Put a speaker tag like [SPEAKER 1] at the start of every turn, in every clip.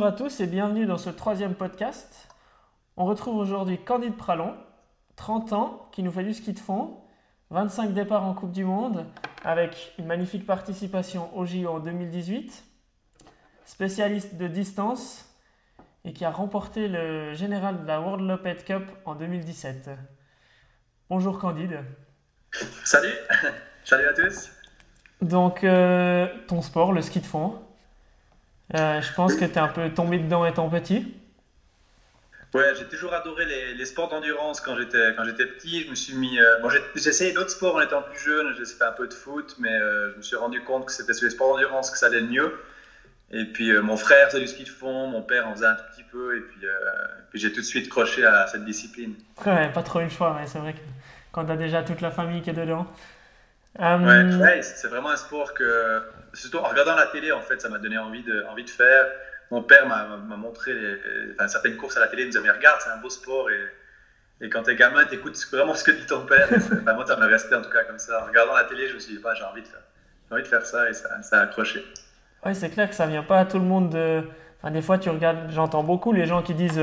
[SPEAKER 1] à tous et bienvenue dans ce troisième podcast. On retrouve aujourd'hui Candide Pralon, 30 ans, qui nous fait du ski de fond, 25 départs en Coupe du Monde, avec une magnifique participation au JO en 2018, spécialiste de distance et qui a remporté le général de la World Loped Cup en 2017. Bonjour Candide.
[SPEAKER 2] Salut, salut à tous.
[SPEAKER 1] Donc, ton sport, le ski de fond, je pense que tu es un peu tombé dedans étant petit.
[SPEAKER 2] Ouais, j'ai toujours adoré les sports d'endurance quand j'étais petit. Je me suis mis, j'ai essayé d'autres sports en étant plus jeune. J'ai fait un peu de foot, mais je me suis rendu compte que c'était sur les sports d'endurance que ça allait le mieux. Et puis mon frère faisait du ski de fond, mon père en faisait un tout petit peu, et puis j'ai tout de suite croché à cette discipline.
[SPEAKER 1] Ouais, pas trop eu le choix, ouais, c'est vrai que quand tu as déjà toute la famille qui est dedans.
[SPEAKER 2] Ouais, c'est vraiment un sport que, surtout en regardant la télé, en fait, ça m'a donné envie de faire. Mon père m'a montré certaines courses à la télé, il me disait mais regarde, c'est un beau sport, et quand t'es gamin, t'écoutes vraiment ce que dit ton père. Moi, ça m'est resté en tout cas comme ça. En regardant la télé, je me suis dit j'ai envie de faire ça, et ça a accroché.
[SPEAKER 1] Ouais, c'est clair que ça vient pas à tout le monde de... Enfin, des fois, tu regardes, j'entends beaucoup les gens qui disent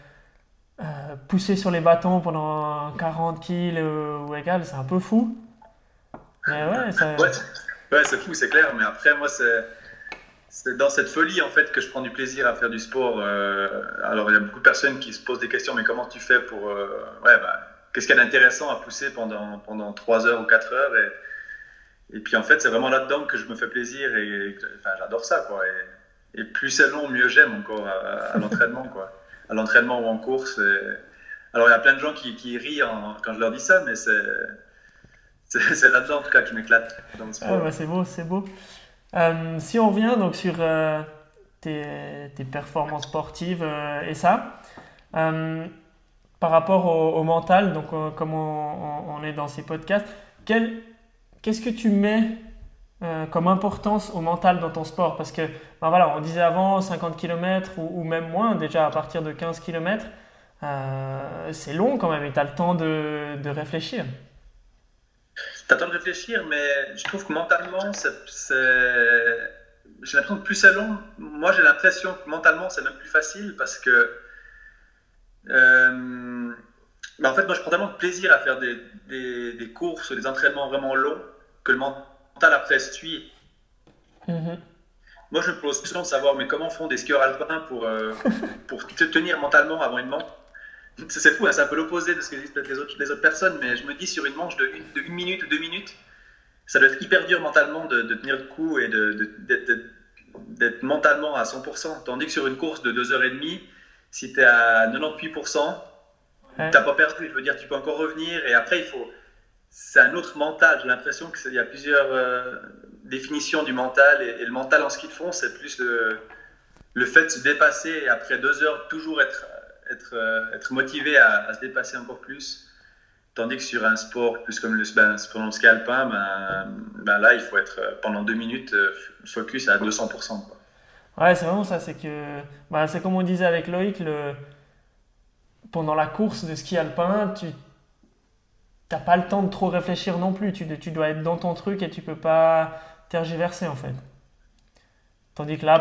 [SPEAKER 1] pousser sur les bâtons pendant 40 kills ou égal, c'est un peu fou. Mais ouais, ça...
[SPEAKER 2] Ouais, c'est fou, c'est clair. Mais après, moi, c'est dans cette folie en fait que je prends du plaisir à faire du sport. Alors, il y a beaucoup de personnes qui se posent des questions, mais comment tu fais pour... qu'est-ce qu'il y a d'intéressant à pousser pendant 3 heures ou 4 heures et puis en fait, c'est vraiment là-dedans que je me fais plaisir et j'adore ça, quoi. Et plus c'est long, mieux j'aime encore à l'entraînement, quoi. À l'entraînement ou en course. Alors, il y a plein de gens qui rient quand je leur dis ça, mais c'est là-dedans en tout cas que je m'éclate dans le sport.
[SPEAKER 1] Ah, bah, c'est beau, c'est beau. Si on revient donc sur tes performances sportives et ça, par rapport au mental, donc comme on est dans ces podcasts, qu'est-ce que tu mets comme importance au mental dans ton sport? Parce que voilà, on disait avant 50 km ou même moins, déjà à partir de 15 km, c'est long quand même et tu as le temps de réfléchir.
[SPEAKER 2] T'as le temps de réfléchir, mais je trouve que mentalement, j'ai l'impression que plus c'est long, moi j'ai l'impression que mentalement c'est même plus facile parce que en fait, moi je prends tellement de plaisir à faire des courses, des entraînements vraiment longs que le mental après suit.
[SPEAKER 1] Mm-hmm.
[SPEAKER 2] Moi je me pose souvent de savoir mais comment font des skieurs alpins pour te tenir mentalement avant une manche. C'est fou, hein, c'est un peu l'opposé de ce que disent peut-être les autres personnes, mais je me dis sur une manche de 1 minute ou 2 minutes, ça doit être hyper dur mentalement de tenir le coup et d'être mentalement à 100%. Tandis que sur une course de 2h30, si tu es à 98%,
[SPEAKER 1] Ouais.
[SPEAKER 2] tu n'as pas perdu. Je veux dire, tu peux encore revenir et après, c'est un autre mental. J'ai l'impression qu'il y a plusieurs définitions du mental et le mental en ski de fond, c'est plus le fait de se dépasser et après 2 heures, toujours être motivé à se dépasser encore plus, tandis que sur un sport plus comme le ski alpin, là il faut être pendant 2 minutes focus à 200%, quoi.
[SPEAKER 1] Ouais, c'est vraiment ça, c'est que c'est comme on disait avec Loïc, pendant la course de ski alpin, tu n'as pas le temps de trop réfléchir non plus, tu dois être dans ton truc et tu peux pas tergiverser en fait. Tandis que là,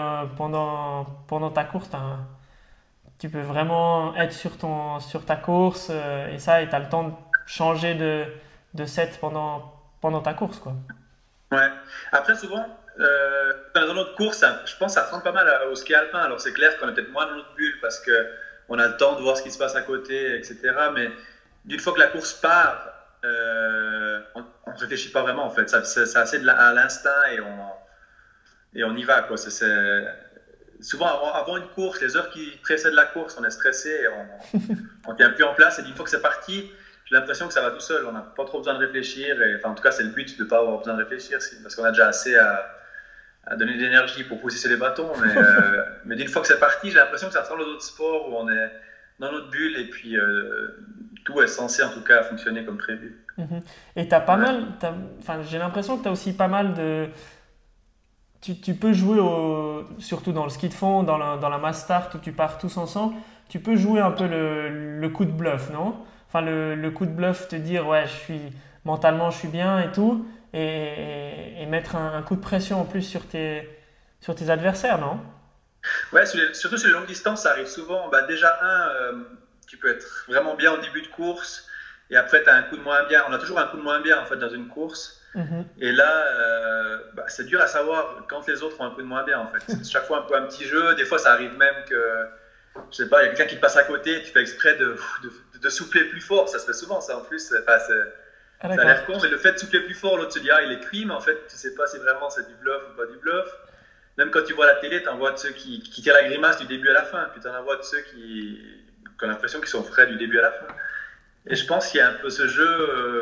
[SPEAKER 1] pendant ta course, tu peux vraiment être sur ta course et tu as le temps de changer de set pendant ta course, quoi.
[SPEAKER 2] Ouais. Après, souvent, dans notre course, je pense que ça ressemble pas mal au ski alpin. Alors, c'est clair qu'on est peut-être moins dans notre bulle parce qu'on a le temps de voir ce qui se passe à côté, etc. Mais d'une fois que la course part, on ne réfléchit pas vraiment, en fait. C'est assez à l'instinct et on y va, quoi. Souvent, avant une course, les heures qui précèdent la course, on est stressé et on ne tient plus en place. Et une fois que c'est parti, j'ai l'impression que ça va tout seul. On n'a pas trop besoin de réfléchir. En tout cas, c'est le but de ne pas avoir besoin de réfléchir parce qu'on a déjà assez à donner d'énergie pour pousser sur les bâtons. Mais d'une fois que c'est parti, j'ai l'impression que ça ressemble aux autres sports où on est dans notre bulle et puis tout est censé en tout cas fonctionner comme prévu.
[SPEAKER 1] Mm-hmm. Et t'as pas mal, j'ai l'impression que tu as aussi pas mal de... Tu peux jouer, surtout dans le ski de fond, dans la mass start où tu pars tous ensemble, tu peux jouer un peu le coup de bluff, non? Enfin, le coup de bluff, te dire, ouais, mentalement, je suis bien et tout, et mettre un coup de pression en plus sur tes adversaires, non?
[SPEAKER 2] Ouais, surtout sur les longues distances, ça arrive souvent. Bah, déjà, tu peux être vraiment bien au début de course et après, tu as un coup de moins bien. On a toujours un coup de moins bien en fait dans une course.
[SPEAKER 1] Mhm.
[SPEAKER 2] Et là, c'est dur à savoir quand les autres ont un coup de moins bien en fait. C'est chaque fois un peu un petit jeu. Des fois, ça arrive même que, je sais pas, il y a quelqu'un qui te passe à côté, tu fais exprès de souffler plus fort. Ça se fait souvent, ça en plus. Enfin,
[SPEAKER 1] Ah,
[SPEAKER 2] ça a
[SPEAKER 1] d'accord.
[SPEAKER 2] l'air con, mais le fait de souffler plus fort, l'autre se dit ah, il est cuit, mais en fait, tu sais pas si vraiment c'est du bluff ou pas du bluff. Même quand tu vois la télé, tu en vois de ceux qui tirent la grimace du début à la fin, puis tu en vois de ceux qui ont l'impression qu'ils sont frais du début à la fin. Et je pense qu'il y a un peu ce jeu,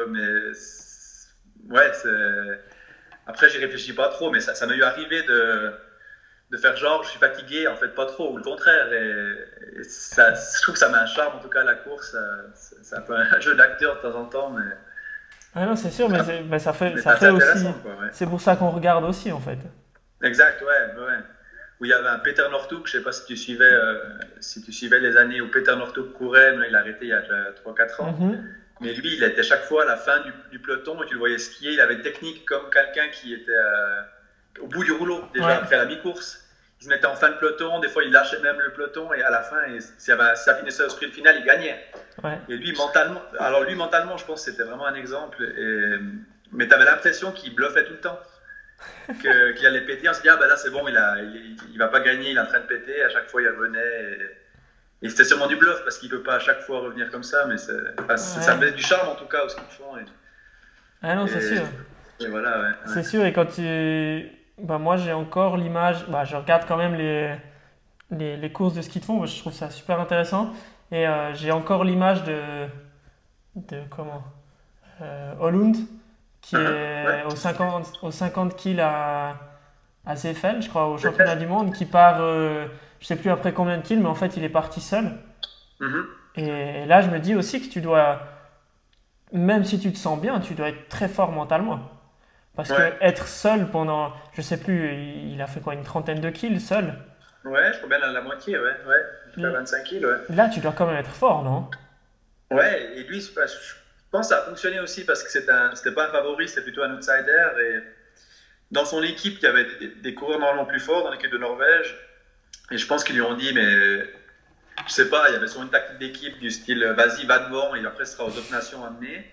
[SPEAKER 2] ouais, après j'y réfléchis pas trop, mais ça m'est eu arrivé de faire genre je suis fatigué, en fait pas trop, ou le contraire. Et ça, je trouve que ça met un charme, en tout cas, à la course. C'est un peu un jeu d'acteur de temps en temps,
[SPEAKER 1] Ah non, c'est sûr, mais, bah,
[SPEAKER 2] mais c'est
[SPEAKER 1] ça
[SPEAKER 2] assez
[SPEAKER 1] fait aussi.
[SPEAKER 2] intéressant, quoi, ouais.
[SPEAKER 1] C'est pour ça qu'on regarde aussi, en fait.
[SPEAKER 2] Exact, ouais, ouais. Où il y avait un Peter Northug, je sais pas si tu suivais les années où Peter Northug courait, mais il a arrêté il y a déjà 3-4 ans.
[SPEAKER 1] Mhm.
[SPEAKER 2] Mais lui, il était chaque fois à la fin du peloton et tu le voyais skier. Il avait une technique comme quelqu'un qui était au bout du rouleau, déjà
[SPEAKER 1] Ouais.
[SPEAKER 2] après la mi-course. Il se mettait en fin de peloton, des fois il lâchait même le peloton et à la fin, si ça finissait au sprint final, il gagnait.
[SPEAKER 1] Ouais.
[SPEAKER 2] Et lui, mentalement, je pense que c'était vraiment un exemple. Mais tu avais l'impression qu'il bluffait tout le temps. Qu'il allait péter, on se dit ah ben là c'est bon, il va pas gagner, il est en train de péter, à chaque fois il revenait et c'était sûrement du bluff parce qu'il peut pas à chaque fois revenir comme ça, mais ça met du charme en tout cas au ce qu'ils font
[SPEAKER 1] Ah non, c'est sûr.
[SPEAKER 2] et voilà, ouais.
[SPEAKER 1] C'est sûr, et quand tu... Bah, moi, j'ai encore l'image... Bah, je regarde quand même les courses de ski de fond, moi, je trouve ça super intéressant. Et j'ai encore l'image comment Hollund, qui est
[SPEAKER 2] Ouais.
[SPEAKER 1] au 50 kills à Seefeld, je crois, au championnat du monde, qui part, je sais plus après combien de kills, mais en fait, il est parti seul.
[SPEAKER 2] Mhm.
[SPEAKER 1] Et là, je me dis aussi que tu dois, même si tu te sens bien, tu dois être très fort mentalement. Parce que
[SPEAKER 2] Ouais.
[SPEAKER 1] être seul pendant, je sais plus, il a fait quoi, une trentaine de kills seul.
[SPEAKER 2] Ouais, je crois bien la moitié, ouais, ouais. Jusqu'à 25 kilos, ouais.
[SPEAKER 1] Là, tu dois quand même être fort, non?
[SPEAKER 2] Ouais, et lui, je pense que ça a fonctionné aussi parce que c'était pas un favori, c'était plutôt un outsider. Et dans son équipe, il y avait des coureurs normalement plus forts dans l'équipe de Norvège. Et je pense qu'ils lui ont dit, mais je sais pas, il y avait souvent une tactique d'équipe du style vas-y, va devant, et après ce sera aux autres nations à mener.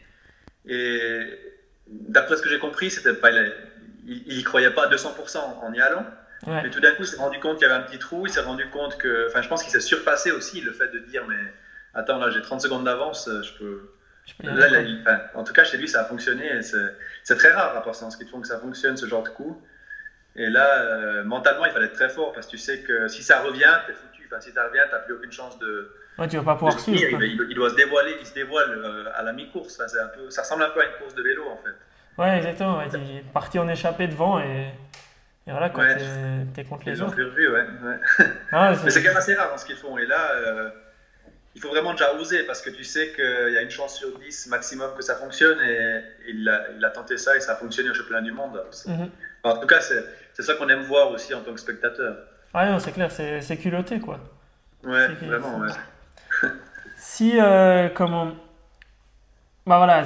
[SPEAKER 2] Et d'après ce que j'ai compris, c'était pas, il y croyait pas à 200% en y allant.
[SPEAKER 1] Ouais.
[SPEAKER 2] Mais tout d'un coup, il s'est rendu compte qu'il y avait un petit trou, il s'est rendu compte que. Enfin, je pense qu'il s'est surpassé aussi, le fait de dire, mais attends, là j'ai 30 secondes d'avance, je peux.
[SPEAKER 1] Je peux y
[SPEAKER 2] Là,
[SPEAKER 1] aller, quoi.
[SPEAKER 2] enfin, en tout cas, chez lui, ça a fonctionné. Et c'est très rare, à part ça, en ski de fond, que ça fonctionne, ce genre de coup. Et là, mentalement, il fallait être très fort parce que tu sais que si ça revient, t'es foutu. Enfin, si ça revient, t'as plus aucune chance
[SPEAKER 1] Ouais, tu vas pas
[SPEAKER 2] de
[SPEAKER 1] pouvoir suivre,
[SPEAKER 2] finir.
[SPEAKER 1] quoi.
[SPEAKER 2] Il doit se dévoiler, il se dévoile à la mi-course. Enfin, ça ressemble un peu à une course de vélo, en fait.
[SPEAKER 1] Ouais, exactement. Ouais, il est parti en échappée devant et voilà, quoi,
[SPEAKER 2] Ouais,
[SPEAKER 1] t'es contre
[SPEAKER 2] ils
[SPEAKER 1] les
[SPEAKER 2] ont
[SPEAKER 1] autres.
[SPEAKER 2] vu, ouais.
[SPEAKER 1] Ah, ouais,
[SPEAKER 2] Mais c'est quand même assez rare dans ce qu'ils font. Et là, il faut vraiment déjà oser parce que tu sais qu'il y a une chance sur 10 maximum que ça fonctionne et il a tenté ça et ça a fonctionné au championnat du monde.
[SPEAKER 1] Mhm.
[SPEAKER 2] En tout cas, c'est ça qu'on aime voir aussi en tant que spectateur.
[SPEAKER 1] Ouais, non, c'est clair, c'est culotté, quoi.
[SPEAKER 2] Ouais,
[SPEAKER 1] C'est-
[SPEAKER 2] vraiment, ouais.
[SPEAKER 1] Si, comment... Bah voilà,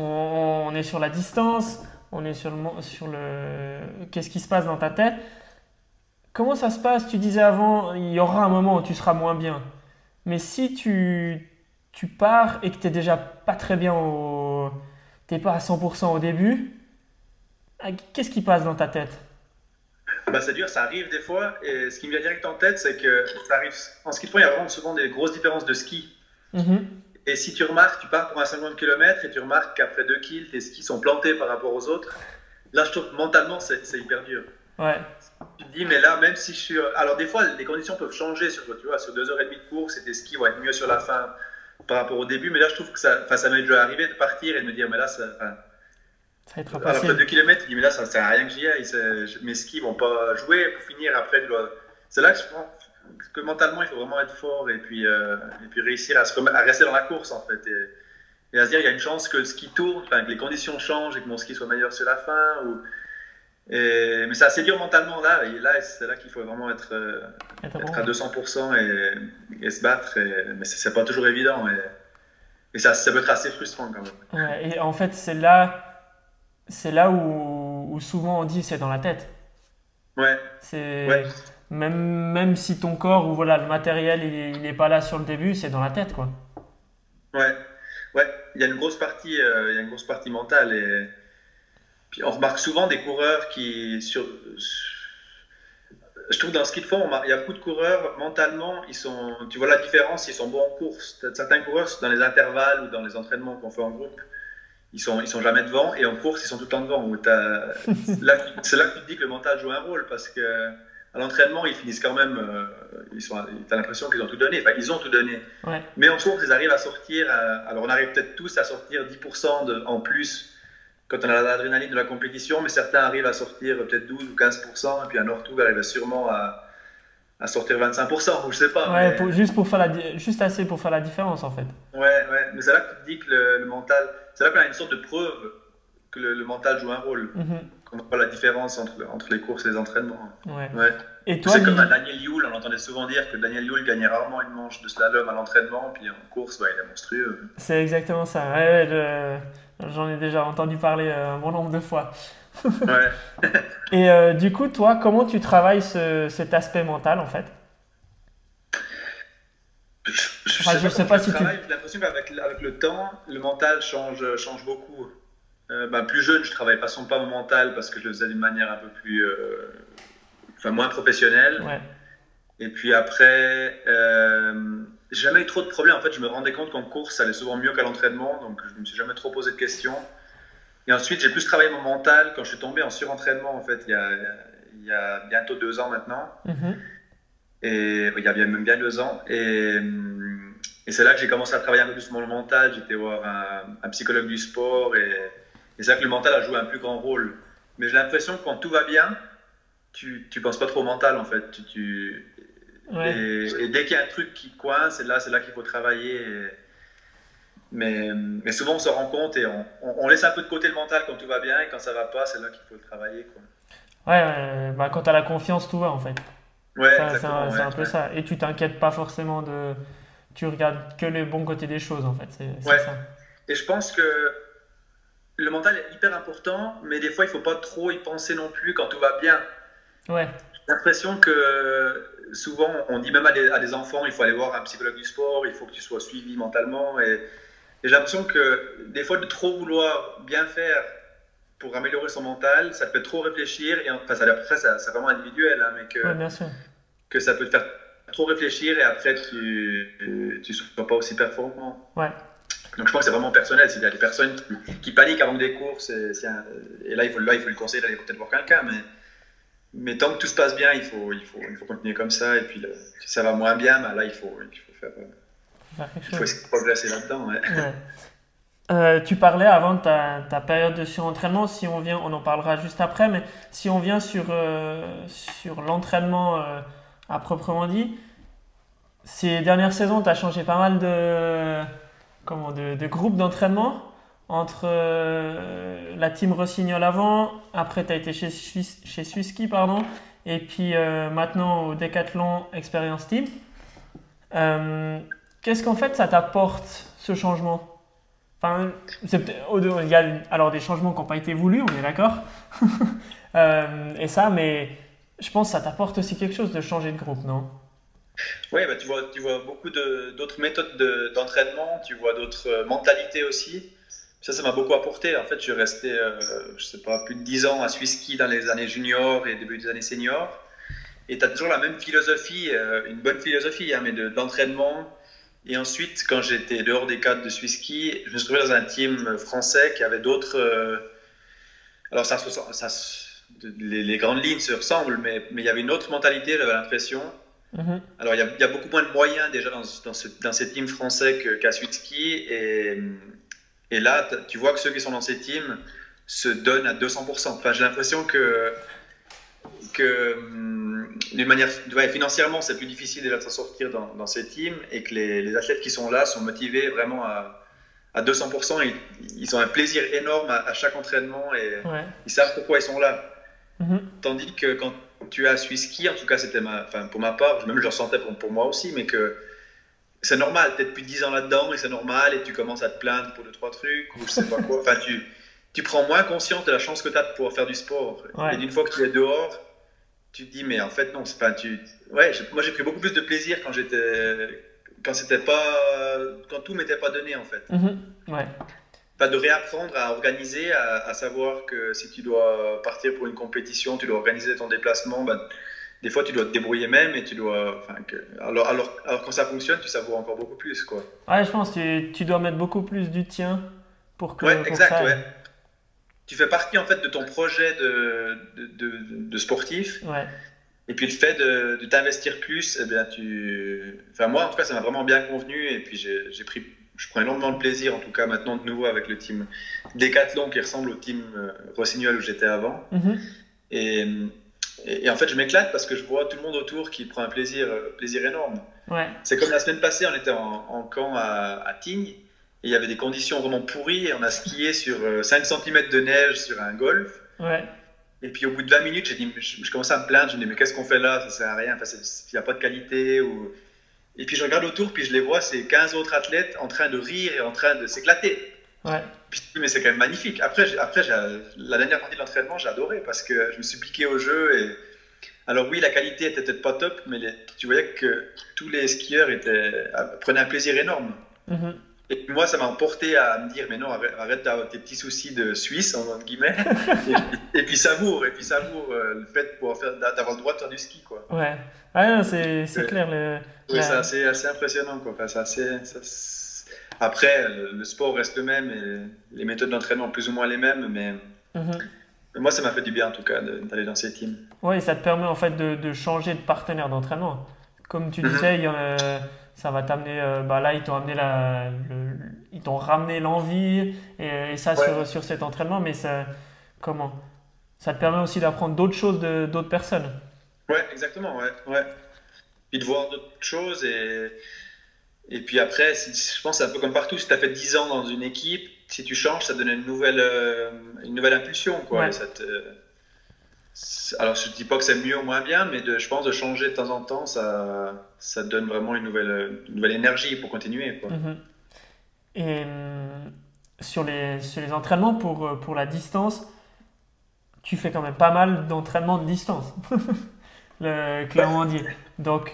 [SPEAKER 1] on est sur la distance, on est sur le... Qu'est-ce qui se passe dans ta tête? Comment ça se passe? Tu disais avant, il y aura un moment où tu seras moins bien. Mais si tu pars et que t'es déjà pas très bien T'es pas à 100% au début, qu'est-ce qui passe dans ta tête?
[SPEAKER 2] Bah, c'est dur, ça arrive des fois. Et ce qui me vient direct en tête, c'est que ça arrive. En ski de fond, il y a vraiment souvent des grosses différences de ski.
[SPEAKER 1] Mhm.
[SPEAKER 2] Et si tu remarques, tu pars pour un 50 km et tu remarques qu'après 2 kills, tes skis sont plantés par rapport aux autres. Là, je trouve que mentalement, c'est hyper dur.
[SPEAKER 1] Ouais,
[SPEAKER 2] Tu te dis, mais là, même si je suis. Alors, des fois, les conditions peuvent changer sur 2h30 de course et tes skis vont être mieux sur la fin par rapport au début. Mais là, je trouve que ça m'est déjà arrivé de partir et de me dire, mais là,
[SPEAKER 1] ça va être
[SPEAKER 2] après
[SPEAKER 1] impossible.
[SPEAKER 2] 2 km, tu dis, mais là, ça sert à rien que j'y aille. Mes skis vont pas jouer pour finir. Après, c'est là que je pense que mentalement, il faut vraiment être fort et puis réussir à rester dans la course, en fait. Et à se dire, il y a une chance que le ski tourne, enfin, que les conditions changent et que mon ski soit meilleur sur la fin. Mais c'est assez dur mentalement là, et là c'est là qu'il faut vraiment être
[SPEAKER 1] Être
[SPEAKER 2] à
[SPEAKER 1] bon.
[SPEAKER 2] 200% et se battre. Mais c'est pas toujours évident. Et ça peut être assez frustrant quand même.
[SPEAKER 1] Ouais, et en fait, c'est là où souvent on dit c'est dans la tête.
[SPEAKER 2] Ouais,
[SPEAKER 1] C'est
[SPEAKER 2] ouais.
[SPEAKER 1] même si ton corps ou voilà, le matériel il est pas là sur le début, c'est dans la tête, quoi.
[SPEAKER 2] Ouais, ouais, il y a une grosse partie, il y a une grosse partie mentale et puis on remarque souvent des coureurs je trouve dans ce qu'ils font, il y a beaucoup de coureurs mentalement, tu vois la différence, ils sont bons en course. Certains coureurs dans les intervalles ou dans les entraînements qu'on fait en groupe, ils sont jamais devant et en course ils sont tout le temps devant. C'est là que tu te dis que le mental joue un rôle parce que à l'entraînement ils finissent quand même, t'as l'impression qu'ils ont tout donné, enfin ils ont tout donné.
[SPEAKER 1] Ouais.
[SPEAKER 2] Mais en course ils arrivent à sortir, alors on arrive peut-être tous à sortir 10% en plus quand on a l'adrénaline de la compétition, mais certains arrivent à sortir peut-être 12 ou 15%, et puis un Ortug arrive sûrement à sortir 25%, ou je sais pas.
[SPEAKER 1] Ouais,
[SPEAKER 2] Mais...
[SPEAKER 1] juste assez pour faire la différence en fait.
[SPEAKER 2] Ouais, mais c'est là que tu te dis que le mental, c'est là qu'on a une sorte de preuve que le mental joue un rôle. Qu'on voit la différence entre les courses et les entraînements.
[SPEAKER 1] Ouais. Et toi,
[SPEAKER 2] c'est comme Daniel Yule, on entendait souvent dire que Daniel Yule gagnait rarement une manche de slalom à l'entraînement, puis en course, il est monstrueux.
[SPEAKER 1] C'est exactement ça. Ouais, j'en ai déjà entendu parler un bon nombre de fois.
[SPEAKER 2] Ouais.
[SPEAKER 1] Et du coup, toi, comment tu travailles cet aspect mental en fait?
[SPEAKER 2] Je sais pas si j'ai l'impression qu'avec le temps, le mental change beaucoup. Plus jeune, je travaillais pas mon mental parce que je le faisais d'une manière un peu plus, moins professionnelle.
[SPEAKER 1] Ouais.
[SPEAKER 2] Et puis après, j'ai jamais eu trop de problèmes. En fait, je me rendais compte qu'en course, ça allait souvent mieux qu'à l'entraînement, donc je me suis jamais trop posé de questions. Et ensuite, j'ai plus travaillé mon mental quand je suis tombé en surentraînement, en fait, il y a bientôt 2 ans maintenant. Et il y a même bien 2 ans. Et c'est là que j'ai commencé à travailler un peu plus mon mental. J'étais voir un psychologue du sport et c'est là que le mental a joué un plus grand rôle. Mais j'ai l'impression que quand tout va bien, tu penses pas trop au mental en fait.
[SPEAKER 1] Ouais.
[SPEAKER 2] Et dès qu'il y a un truc qui coince, c'est là qu'il faut travailler. Mais souvent on se rend compte et on laisse un peu de côté le mental quand tout va bien et quand ça va pas, c'est là qu'il faut le travailler, quoi.
[SPEAKER 1] Ouais, quand t'as la confiance, tout va en fait.
[SPEAKER 2] Ouais,
[SPEAKER 1] c'est un peu ça. Et tu t'inquiètes pas forcément tu regardes que les bons côtés des choses en fait. C'est ça.
[SPEAKER 2] Et je pense que le mental est hyper important, mais des fois il faut pas trop y penser non plus quand tout va bien.
[SPEAKER 1] Ouais.
[SPEAKER 2] J'ai l'impression que souvent on dit même à des enfants, il faut aller voir un psychologue du sport, il faut que tu sois suivi mentalement. Et j'ai l'impression que des fois de trop vouloir bien faire pour améliorer son mental, ça te fait trop réfléchir. Et après, c'est vraiment individuel, hein, mais
[SPEAKER 1] bien sûr.
[SPEAKER 2] que ça peut te faire trop réfléchir et après tu ne sois pas aussi performant.
[SPEAKER 1] Ouais.
[SPEAKER 2] Donc je pense que c'est vraiment personnel. Il y a des personnes qui paniquent avant des courses et là il faut le conseiller d'aller peut-être voir quelqu'un. Mais tant que tout se passe bien, il faut continuer comme ça. Et puis si ça va moins bien, là il faut faire quelque chose. Il faut essayer de progresser là-dedans.
[SPEAKER 1] Ouais. Tu parlais avant de ta période de surentraînement. Si on vient, on en parlera juste après, mais si on vient sur l'entraînement à proprement dit, ces dernières saisons, tu as changé pas mal de groupes d'entraînement entre la team Rossignol avant, après tu as été chez Swiss-Ski, pardon, et puis maintenant au Decathlon Experience Team. Qu'est-ce qu'en fait ça t'apporte ce changement? Enfin, il y a alors des changements qui n'ont pas été voulus, on est d'accord. Et ça, mais je pense que ça t'apporte aussi quelque chose de changer de groupe, non?
[SPEAKER 2] Oui, tu vois beaucoup d'autres méthodes d'entraînement, tu vois d'autres mentalités aussi. Ça m'a beaucoup apporté. En fait, je suis resté, je sais pas, plus de 10 ans à Swiss-Ski dans les années juniors et début des années seniors. Et tu as toujours la même philosophie, une bonne philosophie, hein, mais d'entraînement. Et ensuite, quand j'étais dehors des cadres de Swiss-Ski, je me suis trouvé dans un team français qui avait d'autres... alors, les grandes lignes se ressemblent, mais il y avait une autre mentalité, j'avais l'impression. Alors, il y a beaucoup moins de moyens déjà dans ces teams français qu'à Swiss-Ski. Et là, tu vois que ceux qui sont dans ces teams se donnent à 200%. Enfin, j'ai l'impression que d'une manière, financièrement, c'est plus difficile déjà de s'en sortir dans ces teams et que les athlètes qui sont là sont motivés vraiment à 200%. Ils ont un plaisir énorme à chaque entraînement et ils savent pourquoi ils sont là. Tandis que quand tu es à Swiss-Ski, en tout cas, pour ma part, même je le ressentais pour moi aussi, mais que c'est normal, tu es depuis 10 ans là-dedans et c'est normal et tu commences à te plaindre pour 2-3 trucs ou je sais pas quoi. Enfin, tu prends moins conscience de la chance que tu as de pouvoir faire du sport. Et d'une fois que tu es dehors, tu te dis, mais en fait, non, c'est pas, ouais, moi j'ai pris beaucoup plus de plaisir quand c'était pas, quand tout m'était pas donné, en fait.
[SPEAKER 1] Ouais.
[SPEAKER 2] Pas de réapprendre à organiser, à savoir que si tu dois partir pour une compétition, tu dois organiser ton déplacement, ben, des fois tu dois te débrouiller même et tu dois, enfin, alors quand ça fonctionne, tu savoures encore beaucoup plus, quoi.
[SPEAKER 1] Ouais, je pense que tu dois mettre beaucoup plus du tien
[SPEAKER 2] Ouais,
[SPEAKER 1] pour que ça
[SPEAKER 2] exact,
[SPEAKER 1] aille.
[SPEAKER 2] ouais. Tu fais partie en fait de ton projet de sportif.
[SPEAKER 1] Ouais.
[SPEAKER 2] Et puis le fait de t'investir plus, eh bien enfin moi en tout cas ça m'a vraiment bien convenu et puis je prends énormément de plaisir en tout cas maintenant de nouveau avec le team Decathlon qui ressemble au team Rossignol où j'étais avant.
[SPEAKER 1] Mhm.
[SPEAKER 2] Et, et en fait je m'éclate parce que je vois tout le monde autour qui prend un plaisir énorme.
[SPEAKER 1] Ouais.
[SPEAKER 2] C'est comme la semaine passée, on était en camp à Tignes et il y avait des conditions vraiment pourries et on a skié sur 5 cm de neige sur un golf.
[SPEAKER 1] Ouais.
[SPEAKER 2] Et puis au bout de 20 minutes, je commençais à me plaindre, je me dis mais qu'est-ce qu'on fait là, ça sert à rien, enfin, il n'y a pas de qualité. Et puis je regarde autour, puis je les vois, c'est 15 autres athlètes en train de rire et en train de s'éclater.
[SPEAKER 1] Ouais.
[SPEAKER 2] Puis je me dis mais c'est quand même magnifique. Après la dernière partie de l'entraînement, j'ai adoré parce que je me suis piqué au jeu. Alors oui, la qualité était peut-être pas top, mais tu voyais que tous les skieurs prenaient un plaisir énorme.
[SPEAKER 1] Mhm.
[SPEAKER 2] Et puis moi, ça m'a emporté à me dire, mais non, arrête d'avoir tes petits soucis de Suisse, entre guillemets, et puis savoure le fait de d'avoir le droit de faire du ski, quoi.
[SPEAKER 1] Ouais. Ah non, c'est
[SPEAKER 2] Euh,
[SPEAKER 1] clair.
[SPEAKER 2] oui, c'est assez impressionnant, quoi. Enfin, après, le sport reste le même et les méthodes d'entraînement plus ou moins les mêmes,
[SPEAKER 1] Mhm.
[SPEAKER 2] mais moi, ça m'a fait du bien, en tout cas, d'aller dans ces teams.
[SPEAKER 1] Ouais, et ça te permet en fait de changer de partenaire d'entraînement. Comme tu
[SPEAKER 2] Mhm.
[SPEAKER 1] disais, ça va t'amener. Bah là, ils t'ont amené ils t'ont ramené l'envie et ça
[SPEAKER 2] Ouais,
[SPEAKER 1] sur cet entraînement, mais comment? Ça te permet aussi d'apprendre d'autres choses d'autres personnes.
[SPEAKER 2] ouais, exactement, ouais, ouais. Puis de voir d'autres choses et puis après, je pense que c'est un peu comme partout. Si tu as fait 10 ans dans une équipe, si tu changes, ça te donne une nouvelle impulsion, quoi.
[SPEAKER 1] Ouais.
[SPEAKER 2] Et alors, je ne dis pas que c'est mieux ou moins bien, mais je pense de changer de temps en temps, ça te donne vraiment une nouvelle énergie pour continuer, quoi.
[SPEAKER 1] Mhm. Et sur les entraînements pour la distance, tu fais quand même pas mal d'entraînements de distance,
[SPEAKER 2] Ouais.
[SPEAKER 1] clairement dit. Donc,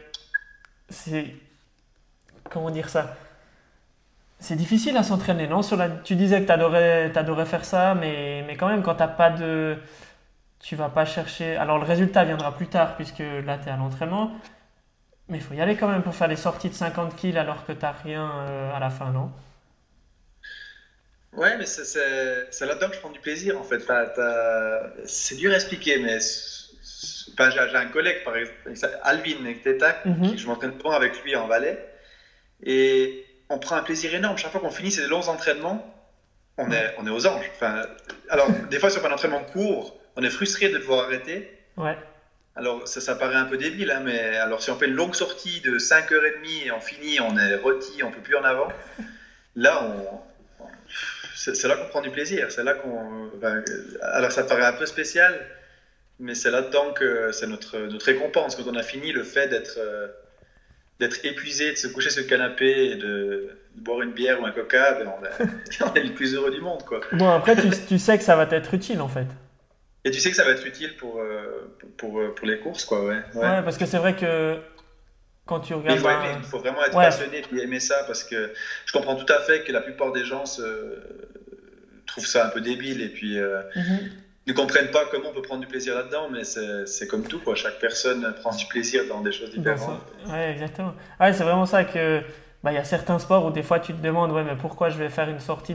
[SPEAKER 1] c'est. Comment dire ça? C'est difficile à s'entraîner, non? Tu disais que t'adorais faire ça, mais quand même, quand t'as pas de. Tu vas pas chercher. Alors, le résultat viendra plus tard, puisque là, tu es à l'entraînement. Mais il faut y aller quand même pour faire les sorties de 50 kills alors que t'as rien à la fin, non?
[SPEAKER 2] Ouais, mais c'est là-dedans que je prends du plaisir, en fait. C'est dur à expliquer, mais enfin, j'ai un collègue, par exemple, Alvin Ektetak,
[SPEAKER 1] Mhm.
[SPEAKER 2] je m'entraîne souvent avec lui en Valais. Et on prend un plaisir énorme. Chaque fois qu'on finit ces longs entraînements,
[SPEAKER 1] Ouais.
[SPEAKER 2] on est aux anges. Enfin, alors, des fois, sur un entraînement court, on est frustré de devoir arrêter.
[SPEAKER 1] Ouais.
[SPEAKER 2] Alors, ça paraît un peu débile, hein, mais alors si on fait une longue sortie de 5h30 et on finit, on est rôti, on peut plus en avant, là, c'est là qu'on prend du plaisir. C'est là alors, ça paraît un peu spécial, mais c'est là-dedans que c'est notre récompense. Quand on a fini, le fait d'être épuisé, de se coucher sur le canapé et de boire une bière ou un coca, ben on est le plus heureux du monde, quoi.
[SPEAKER 1] Bon, après, tu sais que ça va t'être utile en fait.
[SPEAKER 2] Et tu sais que ça va être utile pour les courses, quoi, ouais. Ouais.
[SPEAKER 1] Ouais, parce que c'est vrai que quand tu
[SPEAKER 2] Mais
[SPEAKER 1] regardes. Ben,
[SPEAKER 2] il faut vraiment être
[SPEAKER 1] ouais.
[SPEAKER 2] passionné et aimer ça parce que je comprends tout à fait que la plupart des gens trouvent ça un peu débile et puis
[SPEAKER 1] Mhm.
[SPEAKER 2] ne comprennent pas comment on peut prendre du plaisir là-dedans, mais c'est comme tout, quoi. Chaque personne prend du plaisir dans des choses
[SPEAKER 1] Dans
[SPEAKER 2] différentes.
[SPEAKER 1] ça. Ouais, exactement. Ouais, c'est vraiment ça que. Bah, il y a certains sports où des fois tu te demandes, ouais, mais pourquoi je vais faire une sortie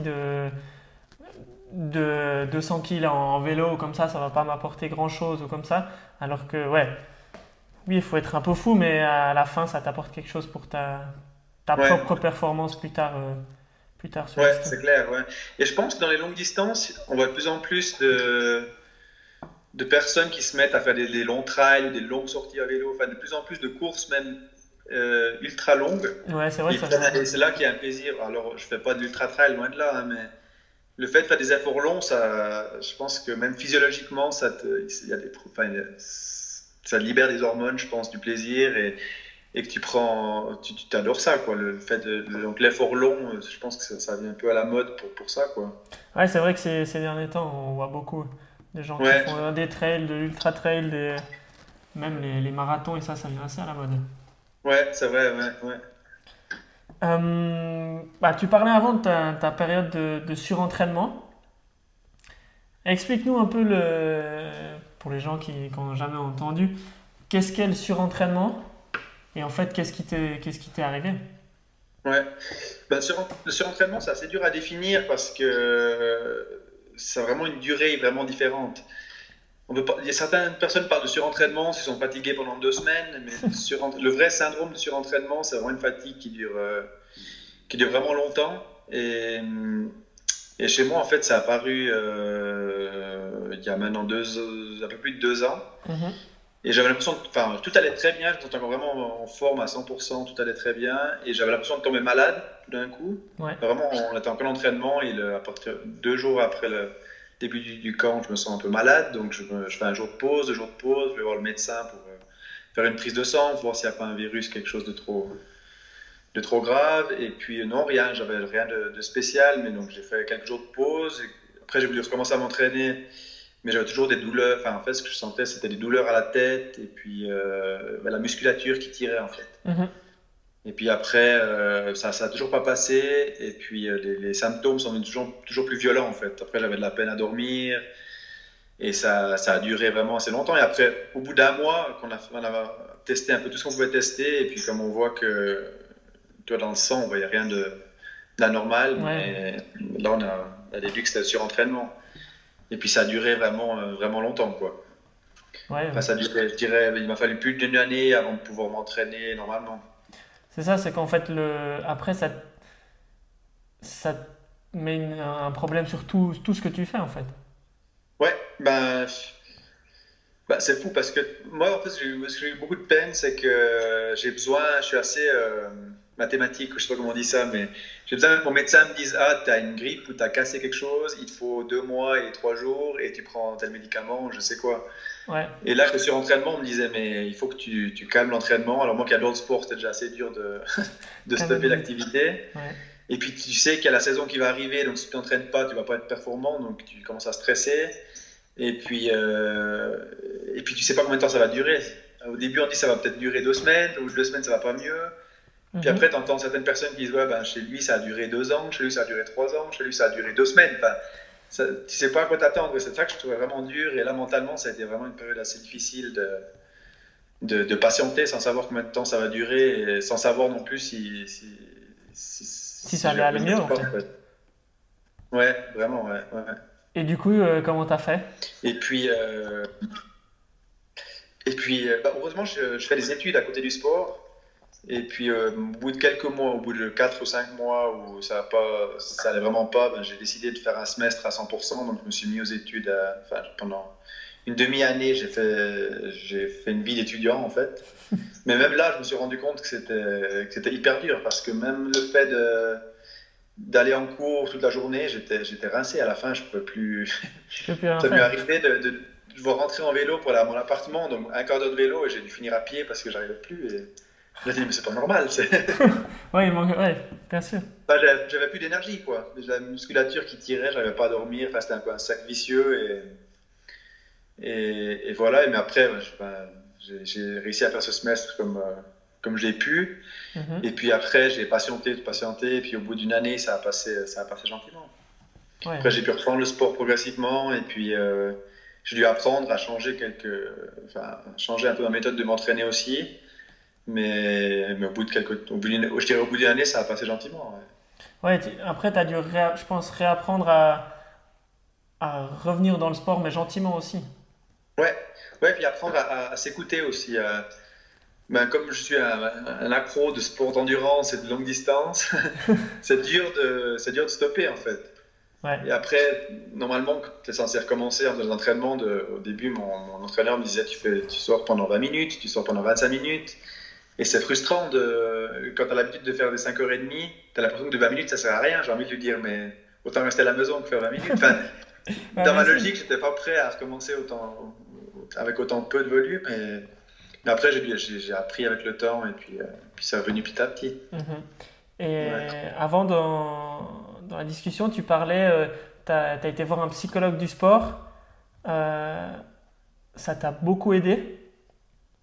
[SPEAKER 1] de 200 kills en vélo comme ça va pas m'apporter grand chose ou comme ça. Alors que, ouais, oui, il faut être un peu fou, mais à la fin, ça t'apporte quelque chose pour ta
[SPEAKER 2] Ouais,
[SPEAKER 1] propre performance plus tard sur la
[SPEAKER 2] ouais,
[SPEAKER 1] ski.
[SPEAKER 2] c'est clair, ouais. Et je pense que dans les longues distances, on voit de plus en plus de personnes qui se mettent à faire des longs trails ou des longues sorties à vélo, enfin de plus en plus de courses même ultra longues.
[SPEAKER 1] Ouais, c'est vrai que
[SPEAKER 2] Et c'est là qu'il y a un plaisir. Alors, je fais pas de l'ultra trail, loin de là, hein, mais le fait de faire des efforts longs, je pense que même physiologiquement, il y a enfin, ça libère des hormones, je pense, du plaisir et que tu t'adores ça, quoi. Le fait donc l'effort long, je pense que ça vient un peu à la mode pour ça, quoi.
[SPEAKER 1] ouais, c'est vrai que ces derniers temps, on voit beaucoup de gens qui
[SPEAKER 2] Ouais,
[SPEAKER 1] font des trails, de l'ultra trail, même les marathons et ça vient assez à la mode.
[SPEAKER 2] Ouais, c'est vrai, ouais.
[SPEAKER 1] Tu parlais avant de ta période de surentraînement. Explique-nous un peu, pour les gens qui n'ont jamais entendu, qu'est-ce qu'est le surentraînement et en fait, qu'est-ce qui t'est arrivé?
[SPEAKER 2] Ouais. Le surentraînement, c'est assez dur à définir parce que c'est vraiment une durée vraiment différente. Il y a certaines personnes parlent de surentraînement s'ils sont fatigués pendant 2 semaines, mais le vrai syndrome de surentraînement, c'est vraiment une fatigue qui dure vraiment longtemps. Et chez moi, en fait, ça a apparu il y a maintenant un peu plus de 2 ans.
[SPEAKER 1] Mhm.
[SPEAKER 2] Et j'avais l'impression que tout allait très bien, je me sentais encore vraiment en forme à 100%, tout allait très bien. Et j'avais l'impression de tomber malade tout d'un coup.
[SPEAKER 1] Ouais.
[SPEAKER 2] Vraiment, on était en plein entraînement et à partir de 2 jours après le début du camp, je me sens un peu malade. Donc je fais un jour de pause, 2 jours de pause, je vais voir le médecin pour faire une prise de sang, pour voir s'il n'y a pas un virus, quelque chose de trop grave. Et puis non, rien, j'avais rien de spécial, mais donc j'ai fait quelques jours de pause. Et après, j'ai voulu recommencer à m'entraîner. Mais j'avais toujours des douleurs, en fait ce que je sentais c'était des douleurs à la tête et puis la musculature qui tirait en fait.
[SPEAKER 1] Mhm.
[SPEAKER 2] Et puis après ça a toujours pas passé et puis les symptômes sont devenus toujours plus violents en fait. Après j'avais de la peine à dormir et ça a duré vraiment assez longtemps et après au bout d'un mois on a testé un peu tout ce qu'on pouvait tester et puis comme on voit que dans le sang on voyait rien d'anormal,
[SPEAKER 1] Ouais.
[SPEAKER 2] mais là on a déduit que c'était le surentraînement. Et puis ça a duré vraiment longtemps, quoi.
[SPEAKER 1] Ouais.
[SPEAKER 2] Enfin, ça a duré, je dirais, il m'a fallu plus d'une année avant de pouvoir m'entraîner normalement.
[SPEAKER 1] C'est ça, c'est qu'en fait, après, ça te met un problème sur tout ce que tu fais, en fait.
[SPEAKER 2] Ouais, c'est fou parce que moi, en fait, ce que j'ai eu beaucoup de peine, c'est que je suis assez mathématique, je sais pas comment on dit ça, mais j'ai besoin que mon médecin me dise, ah, t'as une grippe ou t'as cassé quelque chose, il te faut 2 mois et 3 jours et tu prends tel médicament, je sais quoi.
[SPEAKER 1] Ouais.
[SPEAKER 2] Et là, que sur l'entraînement, on me disait, mais il faut que tu calmes l'entraînement. Alors moi qui adore le sport, c'était déjà assez dur de stopper l'activité.
[SPEAKER 1] Ouais.
[SPEAKER 2] Et puis tu sais qu'il y a la saison qui va arriver, donc si tu t'entraînes pas, tu vas pas être performant, donc tu commences à stresser. Et puis tu sais pas combien de temps ça va durer. Au début, on dit ça va peut-être durer 2 semaines, ou 2 semaines ça va pas mieux. Puis
[SPEAKER 1] Mhm.
[SPEAKER 2] après, tu entends certaines personnes qui disent, ouais, chez lui ça a duré 2 ans, chez lui ça a duré 3 ans, chez lui ça a duré 2 semaines. Tu sais pas à quoi t'attendre. C'est ça que je trouvais vraiment dur. Et là, mentalement, ça a été vraiment une période assez difficile de patienter sans savoir combien de temps ça va durer et sans savoir non plus
[SPEAKER 1] Si ça
[SPEAKER 2] je
[SPEAKER 1] allait
[SPEAKER 2] vais
[SPEAKER 1] aller mieux,
[SPEAKER 2] revenir
[SPEAKER 1] en
[SPEAKER 2] pas,
[SPEAKER 1] fait.
[SPEAKER 2] en fait. Ouais, vraiment, ouais.
[SPEAKER 1] Et du coup, comment t'as fait?
[SPEAKER 2] Et puis, heureusement, je fais des études à côté du sport. Et puis, au bout de quelques mois, au bout de 4 ou 5 mois où ça allait vraiment pas, j'ai décidé de faire un semestre à 100%. Donc, je me suis mis aux études. Pendant une demi-année, j'ai fait une vie d'étudiant en fait. Mais même là, je me suis rendu compte que c'était hyper dur parce que même le fait d'aller en cours toute la journée, j'étais rincé. À la fin, je ne pouvais plus.
[SPEAKER 1] Tu peux plus rien
[SPEAKER 2] Ça m'est
[SPEAKER 1] faire.
[SPEAKER 2] arrivé de devoir rentrer en vélo pour aller à mon appartement, donc un quart d'heure de vélo et j'ai dû finir à pied parce que j'arrivais plus. Et je me suis dit, mais c'est pas normal.
[SPEAKER 1] Ouais, il manque. Ouais, bien sûr.
[SPEAKER 2] J'avais plus d'énergie, quoi. La musculature qui tirait, j'arrivais pas à dormir. Enfin, c'était un peu un cercle vicieux. Et voilà. Mais après, j'ai réussi à faire ce semestre comme j'ai pu.
[SPEAKER 1] Mhm.
[SPEAKER 2] Et puis après, j'ai patienté. Et puis au bout d'une année, ça a passé gentiment.
[SPEAKER 1] Ouais.
[SPEAKER 2] Après, j'ai pu reprendre le sport progressivement. Et puis, j'ai dû apprendre à changer changer un peu ma méthode de m'entraîner aussi. Mais au bout d'une année, ça a passé gentiment. Ouais.
[SPEAKER 1] Ouais, après, tu as dû, je pense, réapprendre à revenir dans le sport, mais gentiment aussi.
[SPEAKER 2] Ouais, puis apprendre à s'écouter aussi. Comme je suis un accro de sport d'endurance et de longue distance, c'est dur de stopper en fait.
[SPEAKER 1] Ouais.
[SPEAKER 2] Et après, normalement, quand tu es censé recommencer en faisant des entraînements, au début, mon entraîneur me disait tu sors pendant 20 minutes, tu sors pendant 25 minutes. Et c'est frustrant quand tu as l'habitude de faire des 5h30, tu as l'impression que de 20 minutes ça sert à rien. J'ai envie de lui dire, mais autant rester à la maison que faire 20 minutes. Enfin,
[SPEAKER 1] Ouais,
[SPEAKER 2] dans ma
[SPEAKER 1] merci.
[SPEAKER 2] logique, j'étais pas prêt à recommencer avec autant peu de volume. Mais après, j'ai appris avec le temps et puis ça est revenu petit à petit.
[SPEAKER 1] Mhm. Et
[SPEAKER 2] Ouais.
[SPEAKER 1] avant, dans la discussion, tu parlais, tu as été voir un psychologue du sport. Ça t'a beaucoup aidé.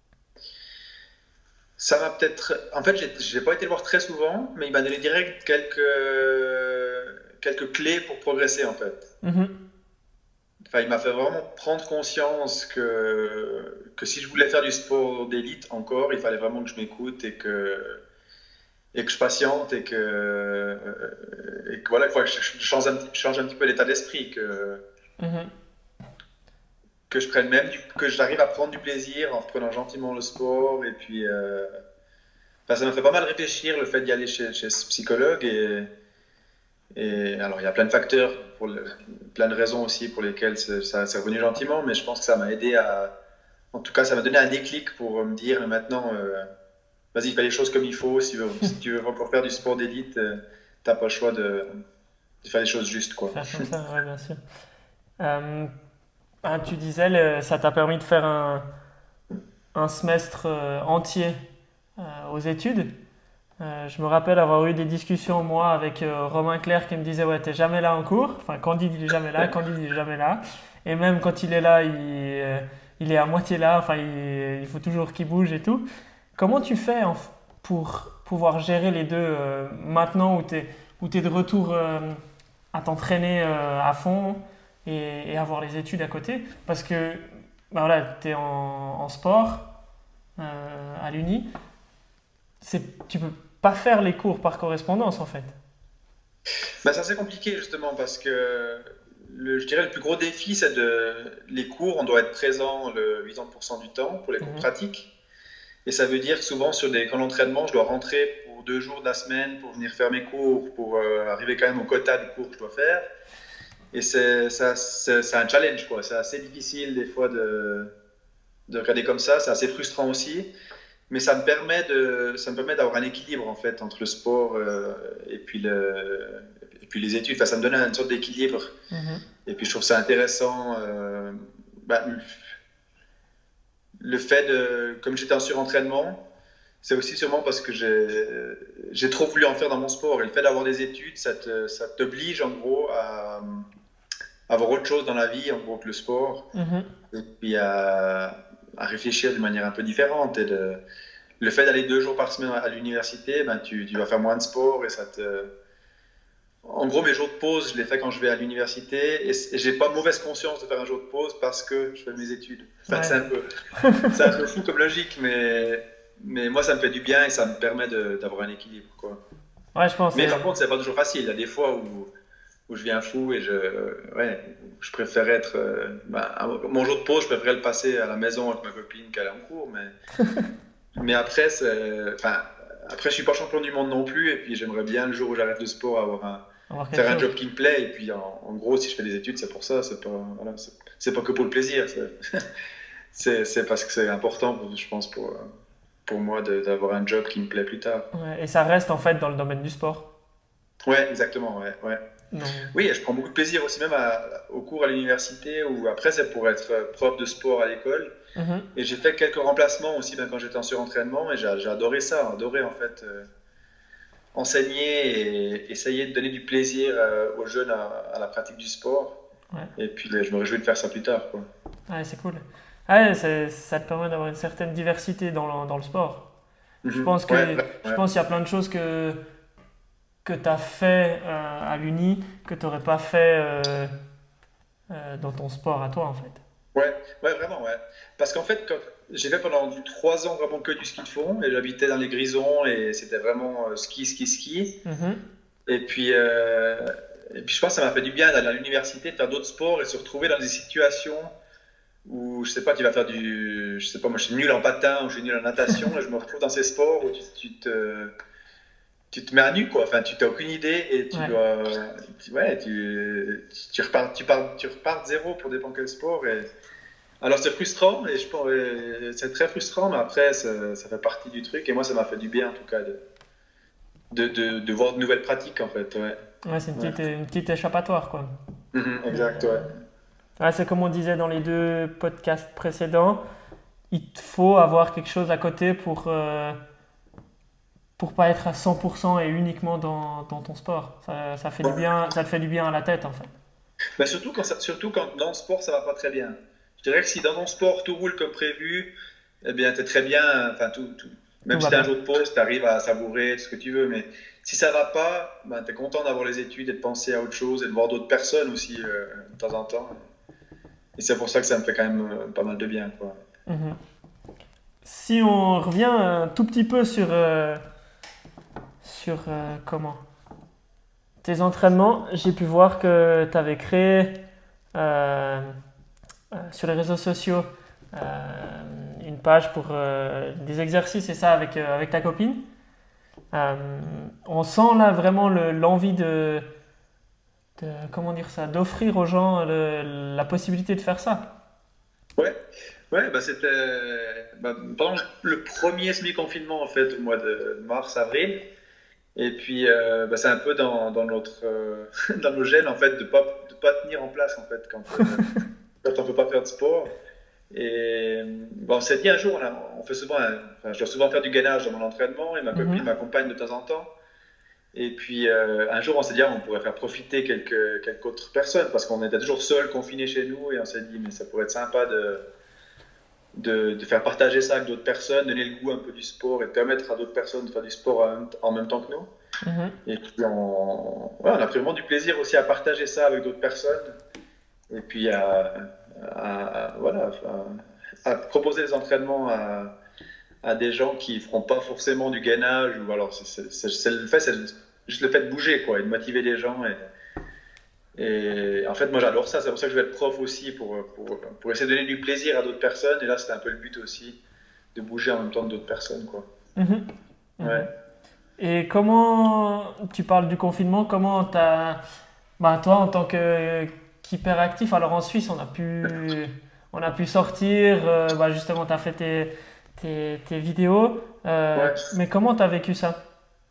[SPEAKER 2] Ça m'a peut-être. En fait, j'ai pas été le voir très souvent, mais il m'a donné direct quelques clés pour progresser en fait.
[SPEAKER 1] Mhm.
[SPEAKER 2] Enfin, il m'a fait vraiment prendre conscience que si je voulais faire du sport d'élite encore, il fallait vraiment que je m'écoute et que je patiente et que voilà, il faut que je change un petit peu l'état d'esprit,
[SPEAKER 1] Mhm.
[SPEAKER 2] que je prenne que j'arrive à prendre du plaisir en reprenant gentiment le sport. Et puis, enfin, ça m'a fait pas mal réfléchir le fait d'y aller chez ce psychologue. Et alors, il y a plein de facteurs, plein de raisons aussi pour lesquelles ça s'est revenu gentiment, mais je pense que ça m'a aidé à. En tout cas, ça m'a donné un déclic pour me dire maintenant, vas-y, fais les choses comme il faut. Si tu veux encore faire du sport d'élite, t'as pas le choix de faire les choses justes, quoi.
[SPEAKER 1] Faire comme ça, ouais, bien sûr. Euh, Tu disais, ça t'a permis de faire un semestre entier aux études. Je me rappelle avoir eu des discussions, moi, avec Romain Clerc qui me disait, ouais, t'es jamais là en cours. Enfin, Candide, il est jamais là. Candide, il est jamais là. Et même quand il est là, il est à moitié là. Enfin, il faut toujours qu'il bouge et tout. Comment tu fais pour pouvoir gérer les deux maintenant où t'es de retour à t'entraîner à fond et avoir les études à côté? Parce que, bah voilà, t'es en sport à l'Uni. Tu peux pas faire les cours par correspondance en fait.
[SPEAKER 2] Bah, ça c'est compliqué justement parce que je dirais le plus gros défi c'est les cours, on doit être présent le 80% du temps pour les cours
[SPEAKER 1] Mhm.
[SPEAKER 2] pratiques. Et ça veut dire que souvent sur des camps d'entraînement, je dois rentrer pour 2 jours de la semaine pour venir faire mes cours, pour arriver quand même au quota de cours que je dois faire. Et c'est un challenge, quoi. C'est assez difficile des fois de regarder comme ça. C'est assez frustrant aussi. Mais ça me permet d'avoir un équilibre en fait entre le sport et puis les études. Enfin, ça me donne une sorte d'équilibre.
[SPEAKER 1] Mhm.
[SPEAKER 2] Et puis je trouve ça intéressant. Bah, le fait comme j'étais en surentraînement, c'est aussi sûrement parce que j'ai trop voulu en faire dans mon sport. Et le fait d'avoir des études, ça t'oblige en gros à avoir autre chose dans la vie en gros que le sport.
[SPEAKER 1] Mhm.
[SPEAKER 2] Et puis à réfléchir d'une manière un peu différente. Le fait d'aller 2 jours par semaine à l'université, ben, tu vas faire moins de sport et ça te. En gros, mes jours de pause, je les fais quand je vais à l'université et j'ai pas mauvaise conscience de faire un jour de pause parce que je fais mes études. Enfin,
[SPEAKER 1] Ouais.
[SPEAKER 2] c'est un peu fou comme logique, mais moi, ça me fait du bien et ça me permet d'avoir un équilibre, quoi.
[SPEAKER 1] Ouais, je pense.
[SPEAKER 2] Mais par contre, c'est pas toujours facile. Il y a des fois où je viens fou et ouais, je préfère être. Mon jour de pause, je préférais le passer à la maison avec ma copine qu'aller en cours, mais après, enfin, après, je suis pas champion du monde non plus, et puis j'aimerais bien le jour où j'arrête le sport
[SPEAKER 1] Avoir quelque
[SPEAKER 2] faire un
[SPEAKER 1] chose.
[SPEAKER 2] job qui me plaît, et puis en gros, si je fais des études, c'est pour ça, voilà, c'est pas que pour le plaisir, c'est parce que c'est important, je pense, pour moi d'avoir un job qui me plaît plus tard.
[SPEAKER 1] Ouais, et ça reste en fait dans le domaine du sport.
[SPEAKER 2] Ouais, exactement, ouais, ouais.
[SPEAKER 1] Non.
[SPEAKER 2] Oui, et je prends beaucoup de plaisir aussi, même au cours à l'université, ou après, c'est pour être prof de sport à l'école.
[SPEAKER 1] Mhm.
[SPEAKER 2] Et j'ai fait quelques remplacements aussi ben, quand j'étais en surentraînement et j'ai adoré ça, adoré en fait enseigner et essayer de donner du plaisir aux jeunes à la pratique du sport.
[SPEAKER 1] Ouais.
[SPEAKER 2] Et puis je me réjouis de faire ça plus tard, quoi.
[SPEAKER 1] Ouais, c'est cool. Ouais, ça te permet d'avoir une certaine diversité dans le sport. Je
[SPEAKER 2] Mhm.
[SPEAKER 1] pense que
[SPEAKER 2] Ouais,
[SPEAKER 1] je
[SPEAKER 2] ouais.
[SPEAKER 1] pense qu'il y a plein de choses que tu as fait à l'Uni que tu n'aurais pas fait dans ton sport à toi en fait.
[SPEAKER 2] Ouais, ouais, vraiment, ouais. Parce qu'en fait, j'ai fait pendant 3 ans vraiment que du ski de fond et j'habitais dans les Grisons et c'était vraiment ski, ski, ski.
[SPEAKER 1] Mhm.
[SPEAKER 2] Et puis, je pense que ça m'a fait du bien d'aller à l'université, de faire d'autres sports et se retrouver dans des situations où, je sais pas, tu vas faire je sais pas, moi je suis nul en patin ou je suis nul en natation, et je me retrouve dans ces sports où tu te mets à nu, quoi. Enfin, tu n'as aucune idée et tu
[SPEAKER 1] Ouais.
[SPEAKER 2] dois, ouais, tu repars de zéro pour dépendre quel sport. Alors c'est frustrant et je pense, c'est très frustrant, mais après ça fait partie du truc et moi ça m'a fait du bien en tout cas de voir de nouvelles pratiques en fait. Ouais,
[SPEAKER 1] Ouais, c'est
[SPEAKER 2] ouais.
[SPEAKER 1] une petite échappatoire quoi.
[SPEAKER 2] Mhm, exact, ouais.
[SPEAKER 1] Euh, ouais, c'est comme on disait dans les deux podcasts précédents, il te faut avoir quelque chose à côté pour pas être à 100% et uniquement dans ton sport. Ça fait du bien, ça te fait du bien à la tête en fait.
[SPEAKER 2] Mais surtout quand dans le sport ça va pas très bien. Je dirais que si dans ton sport tout roule comme prévu, eh bien t'es très bien. Enfin Même
[SPEAKER 1] va
[SPEAKER 2] si tu as un
[SPEAKER 1] bien.
[SPEAKER 2] jour de pause, tu arrives à savourer tout ce que tu veux. Mais si ça va pas, ben, tu es content d'avoir les études et de penser à autre chose et de voir d'autres personnes aussi de temps en temps. Et c'est pour ça que ça me fait quand même pas mal de bien, quoi.
[SPEAKER 1] Mhm. Si on revient un tout petit peu sur comment tes entraînements, j'ai pu voir que tu avais créé euh, sur les réseaux sociaux une page pour des exercices et ça avec ta copine. Euh, on sent là vraiment l'envie comment dire ça, d'offrir aux gens la possibilité de faire ça.
[SPEAKER 2] Ouais, ouais, bah c'était pendant le premier semi-confinement en fait, au mois de mars, avril. Et puis c'est un peu dans notre dans nos gènes en fait de pas tenir en place en fait quand on peut pas faire de sport. Et on s'est dit un jour, on fait souvent, enfin, je dois souvent faire du gainage dans mon entraînement et ma copine
[SPEAKER 1] Mhm,
[SPEAKER 2] m'accompagne de temps en temps. Et puis un jour, on s'est dit, on pourrait faire profiter quelques autres personnes parce qu'on était toujours seuls, confinés chez nous. Et on s'est dit, mais ça pourrait être sympa de faire partager ça avec d'autres personnes, donner le goût un peu du sport et de permettre à d'autres personnes de faire du sport en même temps que nous.
[SPEAKER 1] mhm,
[SPEAKER 2] Et puis on a vraiment du plaisir aussi à partager ça avec d'autres personnes. Et puis voilà, à proposer des entraînements à des gens qui ne feront pas forcément du gainage. Ou alors c'est juste le fait de bouger quoi, et de motiver les gens. Et en fait, moi j'adore ça, c'est pour ça que je vais être prof aussi, pour essayer de donner du plaisir à d'autres personnes. Et là, c'était un peu le but aussi, de bouger en même temps que d'autres personnes. Quoi.
[SPEAKER 1] mhm, mhm.
[SPEAKER 2] Ouais.
[SPEAKER 1] Et comment tu parles du confinement, comment t'as, bah, toi en tant qu'hyperactif, alors en Suisse on a pu sortir, bah, justement tu as fait tes vidéos,
[SPEAKER 2] Ouais.
[SPEAKER 1] mais comment tu as vécu ça?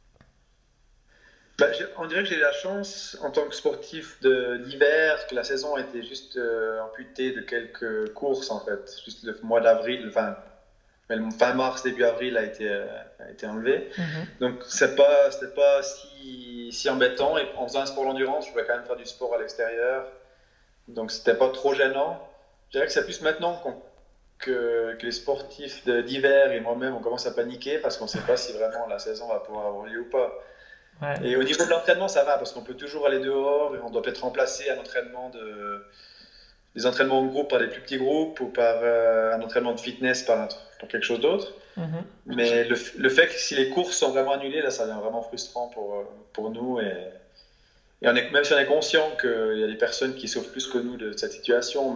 [SPEAKER 2] On dirait que j'ai eu la chance en tant que sportif d'hiver que la saison a été juste amputée de quelques courses en fait. Juste le mois d'avril, enfin fin mars, début avril a été enlevé.
[SPEAKER 1] Mhm.
[SPEAKER 2] Donc c'était pas si embêtant. Et en faisant un sport d'endurance, je pouvais quand même faire du sport à l'extérieur. Donc c'était pas trop gênant. Je dirais que c'est plus maintenant que les sportifs d'hiver et moi-même on commence à paniquer parce qu'on ne sait pas si vraiment la saison va pouvoir avoir lieu ou pas.
[SPEAKER 1] Ouais.
[SPEAKER 2] Et au niveau de l'entraînement, ça va parce qu'on peut toujours aller dehors et on doit peut-être remplacer des entraînements en groupe par des plus petits groupes ou par un entraînement de fitness par quelque chose d'autre.
[SPEAKER 1] Mhm.
[SPEAKER 2] Mais le fait que si les courses sont vraiment annulées, là, ça devient vraiment frustrant pour nous. Et même si on est conscient qu'il y a des personnes qui souffrent plus que nous de cette situation,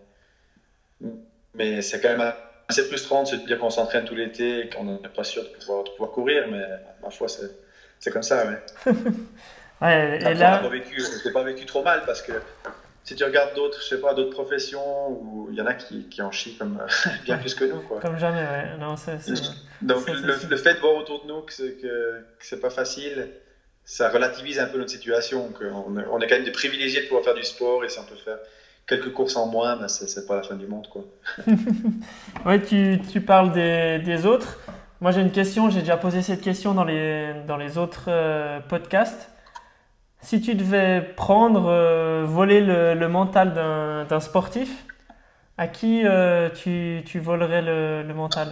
[SPEAKER 2] mais c'est quand même assez frustrant de se dire qu'on s'entraîne tout l'été et qu'on n'est pas sûr de pouvoir courir. Mais ma foi, c'est comme ça, ouais.
[SPEAKER 1] Ouais, et
[SPEAKER 2] Après,
[SPEAKER 1] là,
[SPEAKER 2] je l'ai pas vécu trop mal parce que si tu regardes d'autres, je sais pas, d'autres professions où il y en a qui en chient comme bien plus que nous, quoi.
[SPEAKER 1] comme jamais, ouais. Non,
[SPEAKER 2] Donc
[SPEAKER 1] ça, c'est sûr.
[SPEAKER 2] le fait de voir autour de nous que c'est pas facile, ça relativise un peu notre situation, on est quand même des privilégiés de pouvoir faire du sport et si on peut faire quelques courses en moins, ben c'est pas la fin du monde, quoi.
[SPEAKER 1] Ouais, tu parles des autres. Moi, j'ai une question, j'ai déjà posé cette question dans les autres podcasts. Si tu devais prendre, voler le mental d'un sportif, à qui tu volerais le mental?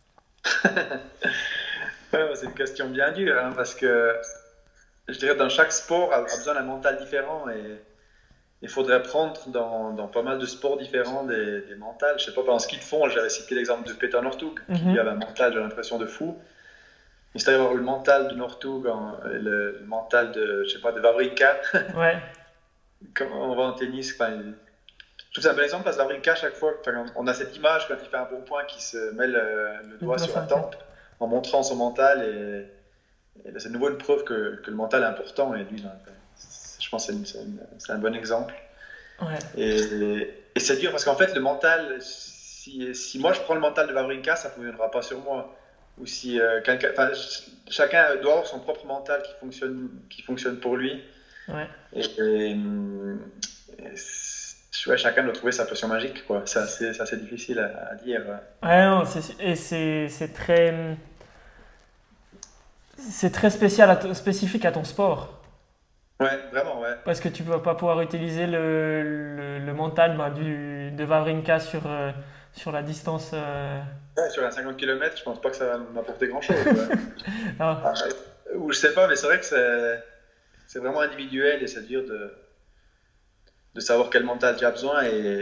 [SPEAKER 2] Ouais, c'est une question bien dure, hein, parce que je dirais dans chaque sport a besoin d'un mental différent et il faudrait prendre dans pas mal de sports différents des mentals. Je sais pas, en ski de fond, j'avais cité l'exemple de Peter Northug, qui lui avait
[SPEAKER 1] Mhm.
[SPEAKER 2] un mental, j'ai l'impression, de fou. Il s'est avoir le mental de Northug, le mental de, je sais pas, de Wawrinka,
[SPEAKER 1] Ouais,
[SPEAKER 2] quand on va en tennis. Enfin, je trouve ça un bel exemple parce que Wawrinka, chaque fois, enfin, on a cette image quand il fait un bon point qui se met le
[SPEAKER 1] le
[SPEAKER 2] doigt
[SPEAKER 1] doigt
[SPEAKER 2] sur
[SPEAKER 1] sur
[SPEAKER 2] la
[SPEAKER 1] la tête.
[SPEAKER 2] tempe en montrant son mental et ben, c'est de nouveau une preuve que le mental est important et lui, là, je pense que c'est un bon exemple.
[SPEAKER 1] Ouais.
[SPEAKER 2] Et c'est dur parce qu'en fait, le mental, si moi je prends le mental de Wawrinka, ça ne fonctionnera pas sur moi. Ou si chacun doit avoir son propre mental qui fonctionne pour lui.
[SPEAKER 1] Ouais.
[SPEAKER 2] Ouais, chacun doit trouver sa potion magique, quoi. C'est assez difficile à dire. Ouais.
[SPEAKER 1] Ouais, non, et c'est très spécifique à ton sport.
[SPEAKER 2] Ouais, vraiment, ouais.
[SPEAKER 1] Parce que tu ne vas pas pouvoir utiliser le mental bah, de Wawrinka sur la distance.
[SPEAKER 2] Ouais, sur un 50 km, je pense pas que ça va m'apporter grand-chose. Ouais.
[SPEAKER 1] Ah,
[SPEAKER 2] Ou je sais pas, mais c'est vrai que c'est vraiment individuel et c'est dur de savoir quel mental tu as besoin.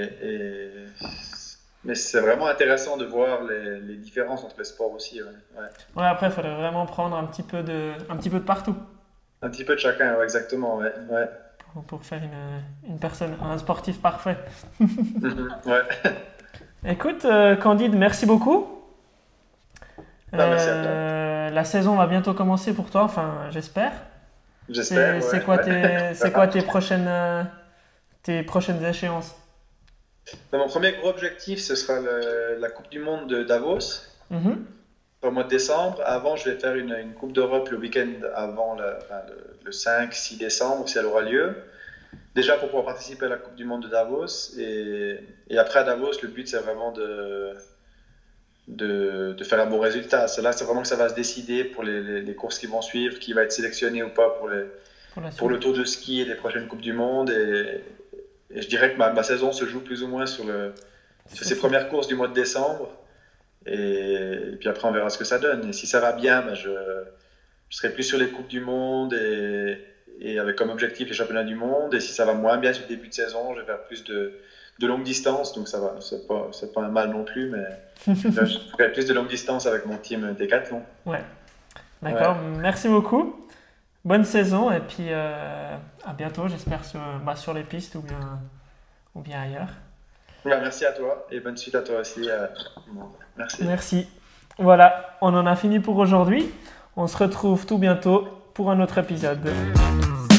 [SPEAKER 2] Mais c'est vraiment intéressant de voir les différences entre les sports aussi. Ouais. Ouais.
[SPEAKER 1] ouais, après, il faudrait vraiment prendre un petit peu de partout
[SPEAKER 2] Un petit peu de chacun, ouais, exactement. Ouais. Ouais.
[SPEAKER 1] pour faire une personne, un sportif parfait.
[SPEAKER 2] Ouais.
[SPEAKER 1] Écoute, Candide, merci beaucoup.
[SPEAKER 2] Merci à toi.
[SPEAKER 1] La saison va bientôt commencer pour toi, enfin, j'espère.
[SPEAKER 2] J'espère.
[SPEAKER 1] C'est
[SPEAKER 2] Ouais.
[SPEAKER 1] quoi
[SPEAKER 2] Ouais.
[SPEAKER 1] c'est quoi tes prochaines échéances?
[SPEAKER 2] Mon premier gros objectif, ce sera la Coupe du Monde de Davos.
[SPEAKER 1] Mhm.
[SPEAKER 2] Au mois de décembre. Avant, je vais faire une Coupe d'Europe le week-end avant le 5-6 décembre, si elle aura lieu. Déjà pour pouvoir participer à la Coupe du Monde de Davos. Et après à Davos, le but, c'est vraiment de faire un bon résultat. C'est là, c'est vraiment que ça va se décider pour les courses qui vont suivre, qui va être sélectionné ou pas pour le Tour de ski et les prochaines Coupes du Monde. Et je dirais que ma saison se joue plus ou moins sur ces premières courses du mois de décembre. Et puis après, on verra ce que ça donne. Et si ça va bien, je serai plus sur les Coupes du Monde et avec comme objectif les championnats du monde. Et si ça va moins bien sur le début de saison, je vais faire plus de longue distance. Donc ça va, c'est pas un mal non plus, mais je ferai plus de longue distance avec mon team Décathlon.
[SPEAKER 1] Ouais, d'accord. Ouais. Merci beaucoup. Bonne saison et puis à bientôt, j'espère, sur les pistes ou bien ailleurs.
[SPEAKER 2] Ouais, merci à toi et bonne suite à toi aussi. Merci.
[SPEAKER 1] Merci. Voilà, on en a fini pour aujourd'hui. On se retrouve tout bientôt pour un autre épisode.